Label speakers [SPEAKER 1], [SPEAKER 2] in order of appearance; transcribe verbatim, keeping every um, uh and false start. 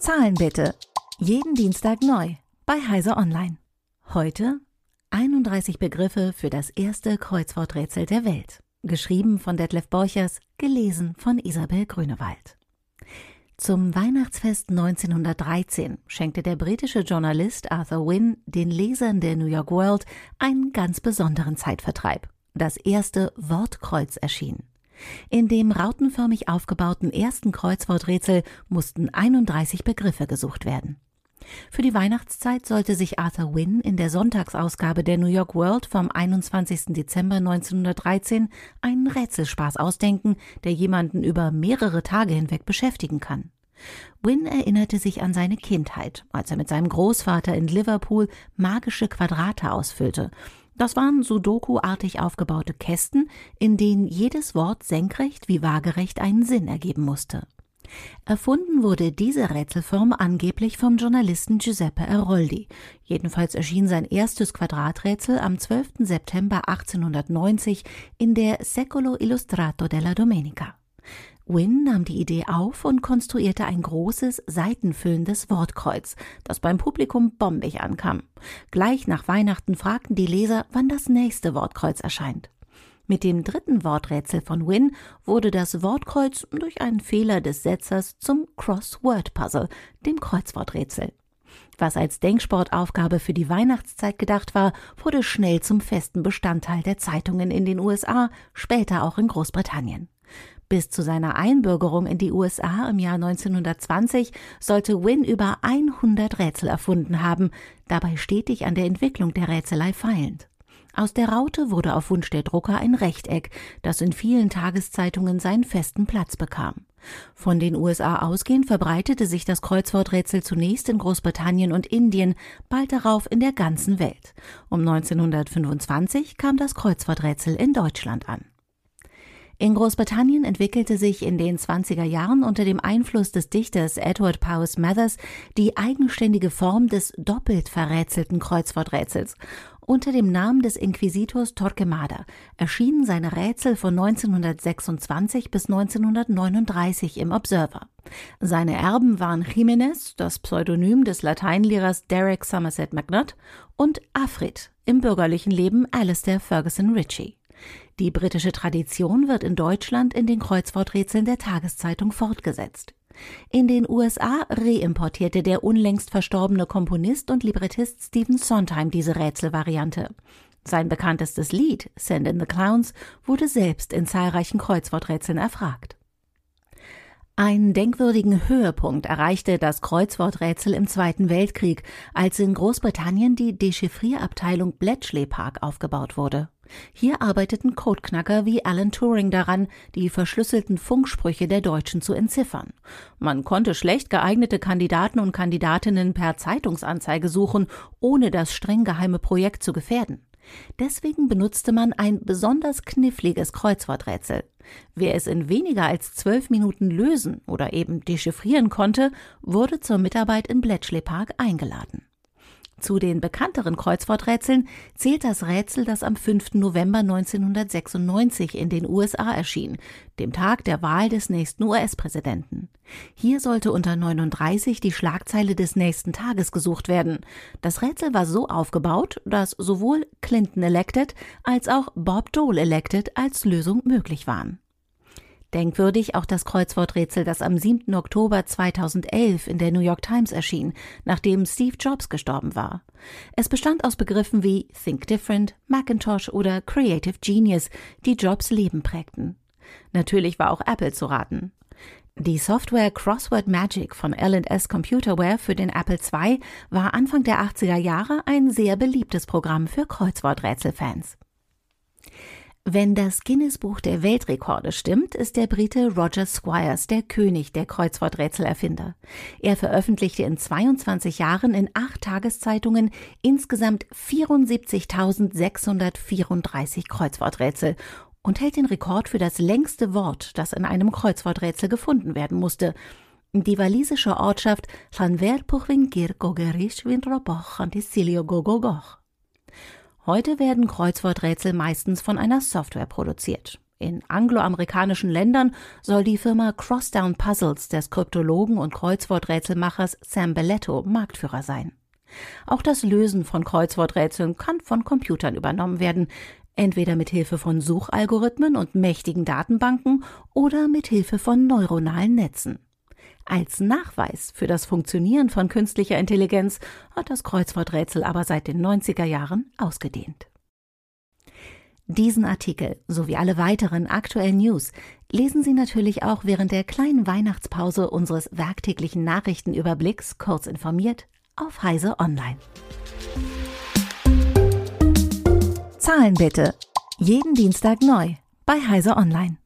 [SPEAKER 1] Zahlen bitte. Jeden Dienstag neu bei Heise Online. Heute einunddreißig Begriffe für das erste Kreuzworträtsel der Welt. Geschrieben von Detlef Borchers, gelesen von Isabel Grünewald. Zum Weihnachtsfest neunzehnhundertdreizehn schenkte der britische Journalist Arthur Wynne den Lesern der New York World einen ganz besonderen Zeitvertreib. Das erste Wortkreuz erschien. In dem rautenförmig aufgebauten ersten Kreuzworträtsel mussten einunddreißig Begriffe gesucht werden. Für die Weihnachtszeit sollte sich Arthur Wynne in der Sonntagsausgabe der New York World vom einundzwanzigsten Dezember neunzehnhundertdreizehn einen Rätselspaß ausdenken, der jemanden über mehrere Tage hinweg beschäftigen kann. Wynne erinnerte sich an seine Kindheit, als er mit seinem Großvater in Liverpool magische Quadrate ausfüllte. Das waren Sudoku-artig aufgebaute Kästen, in denen jedes Wort senkrecht wie waagerecht einen Sinn ergeben musste. Erfunden wurde diese Rätselform angeblich vom Journalisten Giuseppe Aroldi. Jedenfalls erschien sein erstes Quadraträtsel am zwölften September achtzehnhundertneunzig in der Secolo Illustrato della Domenica. Wynne nahm die Idee auf und konstruierte ein großes, seitenfüllendes Wortkreuz, das beim Publikum bombig ankam. Gleich nach Weihnachten fragten die Leser, wann das nächste Wortkreuz erscheint. Mit dem dritten Worträtsel von Wynne wurde das Wortkreuz durch einen Fehler des Setzers zum Crossword-Puzzle, dem Kreuzworträtsel. Was als Denksportaufgabe für die Weihnachtszeit gedacht war, wurde schnell zum festen Bestandteil der Zeitungen in den U S A, später auch in Großbritannien. Bis zu seiner Einbürgerung in die U S A im Jahr neunzehnhundertzwanzig sollte Wynne über hundert Rätsel erfunden haben, dabei stetig an der Entwicklung der Rätselei feilend. Aus der Raute wurde auf Wunsch der Drucker ein Rechteck, das in vielen Tageszeitungen seinen festen Platz bekam. Von den U S A ausgehend verbreitete sich das Kreuzworträtsel zunächst in Großbritannien und Indien, bald darauf in der ganzen Welt. Um neunzehnhundertfünfundzwanzig kam das Kreuzworträtsel in Deutschland an. In Großbritannien entwickelte sich in den zwanziger Jahren unter dem Einfluss des Dichters Edward Powys Mathers die eigenständige Form des doppelt verrätselten Kreuzworträtsels. Unter dem Namen des Inquisitors Torquemada erschienen seine Rätsel von neunzehnhundertsechsundzwanzig bis neunzehnhundertneununddreißig im Observer. Seine Erben waren Jimenez, das Pseudonym des Lateinlehrers Derek Somerset MacNutt, und Afrit, im bürgerlichen Leben Alastair Ferguson Ritchie. Die britische Tradition wird in Deutschland in den Kreuzworträtseln der Tageszeitung fortgesetzt. In den U S A reimportierte der unlängst verstorbene Komponist und Librettist Stephen Sondheim diese Rätselvariante. Sein bekanntestes Lied, Send in the Clowns, wurde selbst in zahlreichen Kreuzworträtseln erfragt. Einen denkwürdigen Höhepunkt erreichte das Kreuzworträtsel im Zweiten Weltkrieg, als in Großbritannien die Dechiffrierabteilung Bletchley Park aufgebaut wurde. Hier arbeiteten Codeknacker wie Alan Turing daran, die verschlüsselten Funksprüche der Deutschen zu entziffern. Man konnte schlecht geeignete Kandidaten und Kandidatinnen per Zeitungsanzeige suchen, ohne das streng geheime Projekt zu gefährden. Deswegen benutzte man ein besonders kniffliges Kreuzworträtsel. Wer es in weniger als zwölf Minuten lösen oder eben dechiffrieren konnte, wurde zur Mitarbeit im Bletchley Park eingeladen. Zu den bekannteren Kreuzworträtseln zählt das Rätsel, das am fünften November neunzehnhundertsechsundneunzig in den U S A erschien, dem Tag der Wahl des nächsten U S-Präsidenten. Hier sollte unter neununddreißig die Schlagzeile des nächsten Tages gesucht werden. Das Rätsel war so aufgebaut, dass sowohl Clinton elected als auch Bob Dole elected als Lösung möglich waren. Denkwürdig auch das Kreuzworträtsel, das am siebten Oktober zweitausendelf in der New York Times erschien, nachdem Steve Jobs gestorben war. Es bestand aus Begriffen wie Think Different, Macintosh oder Creative Genius, die Jobs' Leben prägten. Natürlich war auch Apple zu raten. Die Software Crossword Magic von L and S Computerware für den Apple zwei war Anfang der achtziger Jahre ein sehr beliebtes Programm für Kreuzworträtselfans. Wenn das Guinness-Buch der Weltrekorde stimmt, ist der Brite Roger Squires der König der Kreuzworträtselerfinder. Er veröffentlichte in zweiundzwanzig Jahren in acht Tageszeitungen insgesamt vierundsiebzigtausendsechshundertvierunddreißig Kreuzworträtsel und hält den Rekord für das längste Wort, das in einem Kreuzworträtsel gefunden werden musste. Die walisische Ortschaft Llanfairpwllgwyngyr Gogerychwyn Winroboch an Silio Gogogoch. Heute werden Kreuzworträtsel meistens von einer Software produziert. In angloamerikanischen Ländern soll die Firma Crossdown Puzzles des Kryptologen und Kreuzworträtselmachers Sam Belletto Marktführer sein. Auch das Lösen von Kreuzworträtseln kann von Computern übernommen werden, entweder mit Hilfe von Suchalgorithmen und mächtigen Datenbanken oder mit Hilfe von neuronalen Netzen. Als Nachweis für das Funktionieren von künstlicher Intelligenz hat das Kreuzworträtsel aber seit den neunziger Jahren ausgedehnt. Diesen Artikel sowie alle weiteren aktuellen News lesen Sie natürlich auch während der kleinen Weihnachtspause unseres werktäglichen Nachrichtenüberblicks kurz informiert auf Heise Online. Zahlen bitte. Jeden Dienstag neu bei Heise Online.